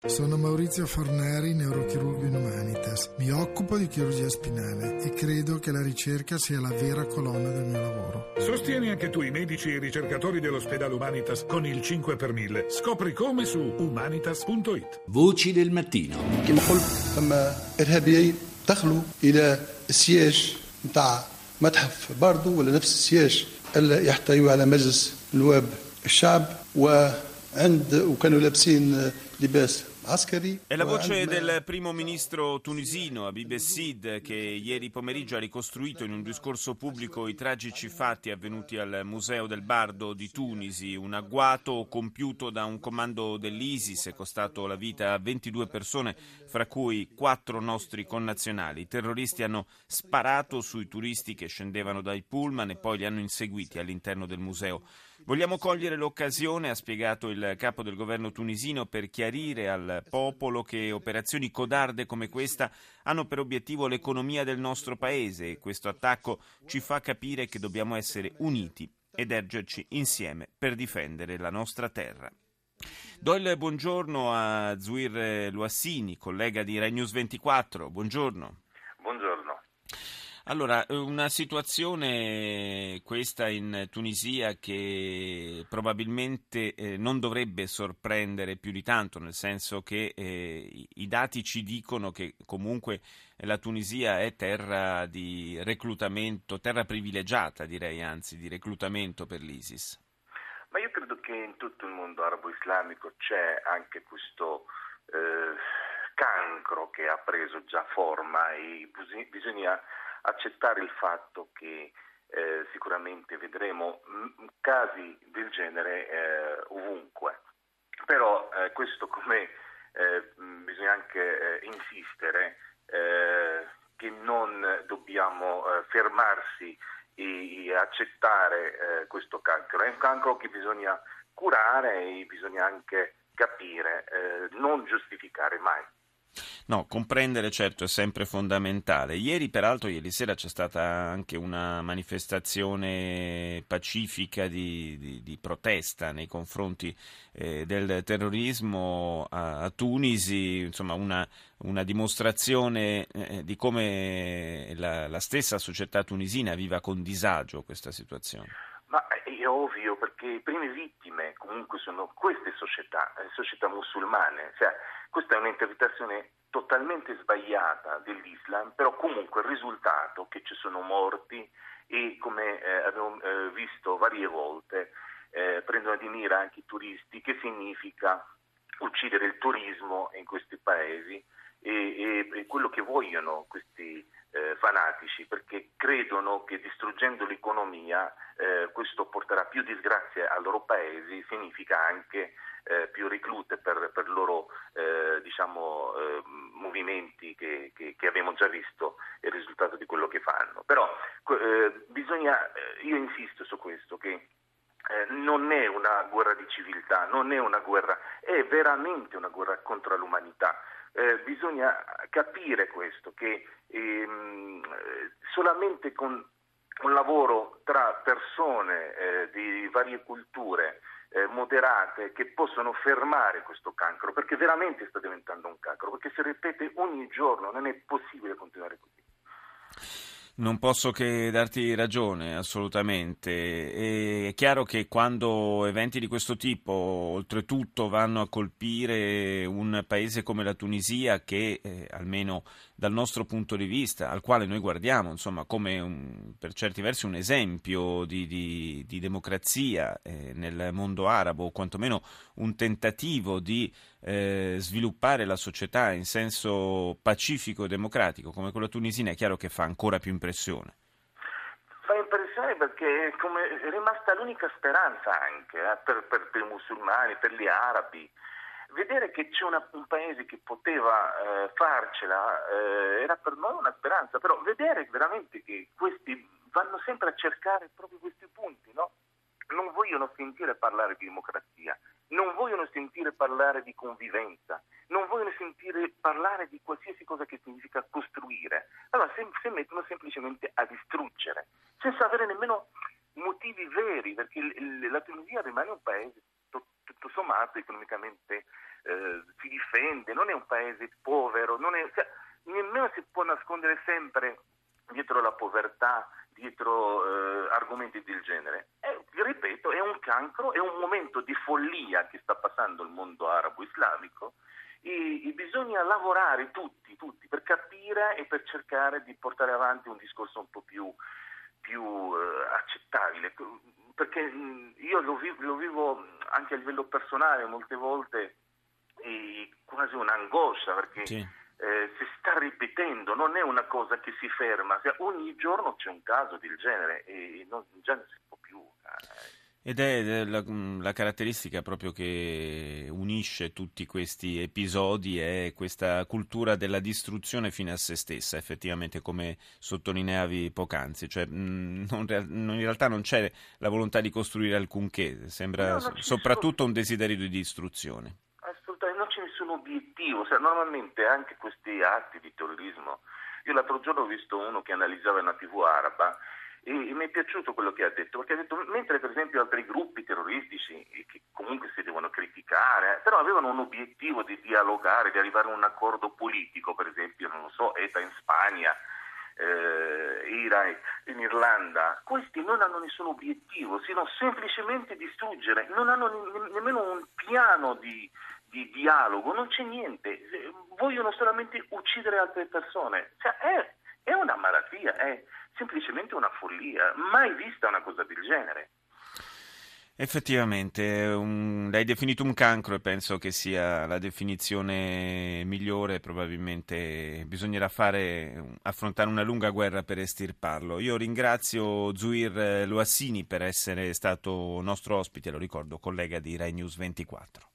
Sono Maurizio Forneri, neurochirurgo in Humanitas. Mi occupo di chirurgia spinale e credo che la ricerca sia la vera colonna del mio lavoro. Sostieni anche tu i medici e i ricercatori dell'ospedale Humanitas con il 5 per 1000. Scopri come su humanitas.it. Voci del mattino. كما قلت فما إرهابيين دخلوا إلى السياج نتاع متحف باردو ولا نفس السياج اللي يحتوي على مجلس نواب الشعب وكانوا لابسين لباس. È la voce del primo ministro tunisino Habib Essid, che ieri pomeriggio ha ricostruito in un discorso pubblico i tragici fatti avvenuti al Museo del Bardo di Tunisi, un agguato compiuto da un comando dell'ISIS è costato la vita a 22 persone, fra cui 4 nostri connazionali. I terroristi hanno sparato sui turisti che scendevano dai pullman e poi li hanno inseguiti all'interno del museo. Vogliamo cogliere l'occasione, ha spiegato il capo del governo tunisino, per chiarire al popolo che operazioni codarde come questa hanno per obiettivo l'economia del nostro paese e questo attacco ci fa capire che dobbiamo essere uniti ed ergerci insieme per difendere la nostra terra. Do il buongiorno a Zouir Louassini, collega di Rai News 24. Buongiorno. Allora, una situazione questa in Tunisia che probabilmente non dovrebbe sorprendere più di tanto, nel senso che i dati ci dicono che comunque la Tunisia è terra di reclutamento, terra privilegiata direi, anzi, di reclutamento per l'ISIS. Ma io credo che in tutto il mondo arabo-islamico c'è anche questo cancro che ha preso già forma e bisogna accettare il fatto che sicuramente vedremo casi del genere ovunque, però questo come bisogna anche insistere che non dobbiamo fermarsi e accettare questo cancro. È un cancro che bisogna curare e bisogna anche capire, non giustificare mai. No, comprendere certo è sempre fondamentale. Ieri sera c'è stata anche una manifestazione pacifica di protesta nei confronti del terrorismo a Tunisi, insomma una dimostrazione di come la stessa società tunisina viva con disagio questa situazione. Ma è ovvio, perché le prime vittime comunque sono queste società musulmane, cioè questa è un'interpretazione totalmente sbagliata dell'Islam, però comunque il risultato è che ci sono morti e come abbiamo visto varie volte prendono di mira anche i turisti, che significa uccidere il turismo in questi paesi e quello che vogliono questi fanatici, perché credono che distruggendo l'economia questo porterà più disgrazie ai loro paesi, significa anche più reclute per loro movimenti che abbiamo già visto il risultato di quello che fanno. Però io insisto su questo, che non è una guerra di civiltà, non è una guerra, è veramente una guerra contro l'umanità. Bisogna capire questo, che solamente con un lavoro tra persone di varie culture moderate che possono fermare questo cancro, perché veramente sta diventando un cancro, perché si ripete ogni giorno, non è possibile continuare così. Non posso che darti ragione, assolutamente. È chiaro che quando eventi di questo tipo, oltretutto, vanno a colpire un paese come la Tunisia, che almeno dal nostro punto di vista, al quale noi guardiamo, insomma, come per certi versi un esempio di democrazia nel mondo arabo, o quantomeno un tentativo di sviluppare la società in senso pacifico e democratico come quella tunisina, è chiaro che fa ancora più impressione. Fa impressione perché è rimasta l'unica speranza anche per i musulmani, per gli arabi. Vedere che c'è un paese che poteva farcela era per noi una speranza, però vedere veramente che questi vanno sempre a cercare proprio questi punti, no? Non vogliono sentire parlare di democrazia, non vogliono sentire parlare di convivenza, non vogliono sentire parlare di qualsiasi cosa che significa costruire. Allora si mettono semplicemente a distruggere, senza avere nemmeno motivi veri, perché la Tunisia rimane un paese tutto sommato economicamente si difende, non è un paese povero, nemmeno si può nascondere sempre dietro la povertà, dietro argomenti del genere. Ripeto, è un cancro, è un momento di follia che sta passando il mondo arabo-islamico e bisogna lavorare tutti per capire e per cercare di portare avanti un discorso un po' più accettabile, perché io lo vivo anche a livello personale molte volte quasi un'angoscia, perché si sta ripetendo, non è una cosa che si ferma, ogni giorno c'è un caso del genere e già non si può più. Ed è la caratteristica proprio che unisce tutti questi episodi è questa cultura della distruzione fine a se stessa, effettivamente, come sottolineavi poc'anzi, cioè in realtà non c'è la volontà di costruire alcunché, sembra soprattutto un desiderio di distruzione. Assolutamente, non c'è nessun obiettivo, normalmente anche questi atti di terrorismo, io l'altro giorno ho visto uno che analizzava una TV araba e mi è piaciuto quello che ha detto, perché ha detto, mentre per esempio altri gruppi terroristici che comunque si devono criticare, però avevano un obiettivo di dialogare, di arrivare a un accordo politico, per esempio, non lo so, ETA in Spagna, IRA in Irlanda, questi non hanno nessun obiettivo, sino semplicemente distruggere, non hanno nemmeno un piano di dialogo, non c'è niente, vogliono solamente uccidere altre persone, è una malattia, è semplicemente una follia, mai vista una cosa del genere. Effettivamente, l'hai definito un cancro e penso che sia la definizione migliore, probabilmente bisognerà affrontare una lunga guerra per estirparlo. Io ringrazio Zouheir Louassini per essere stato nostro ospite, lo ricordo, collega di Rai News 24.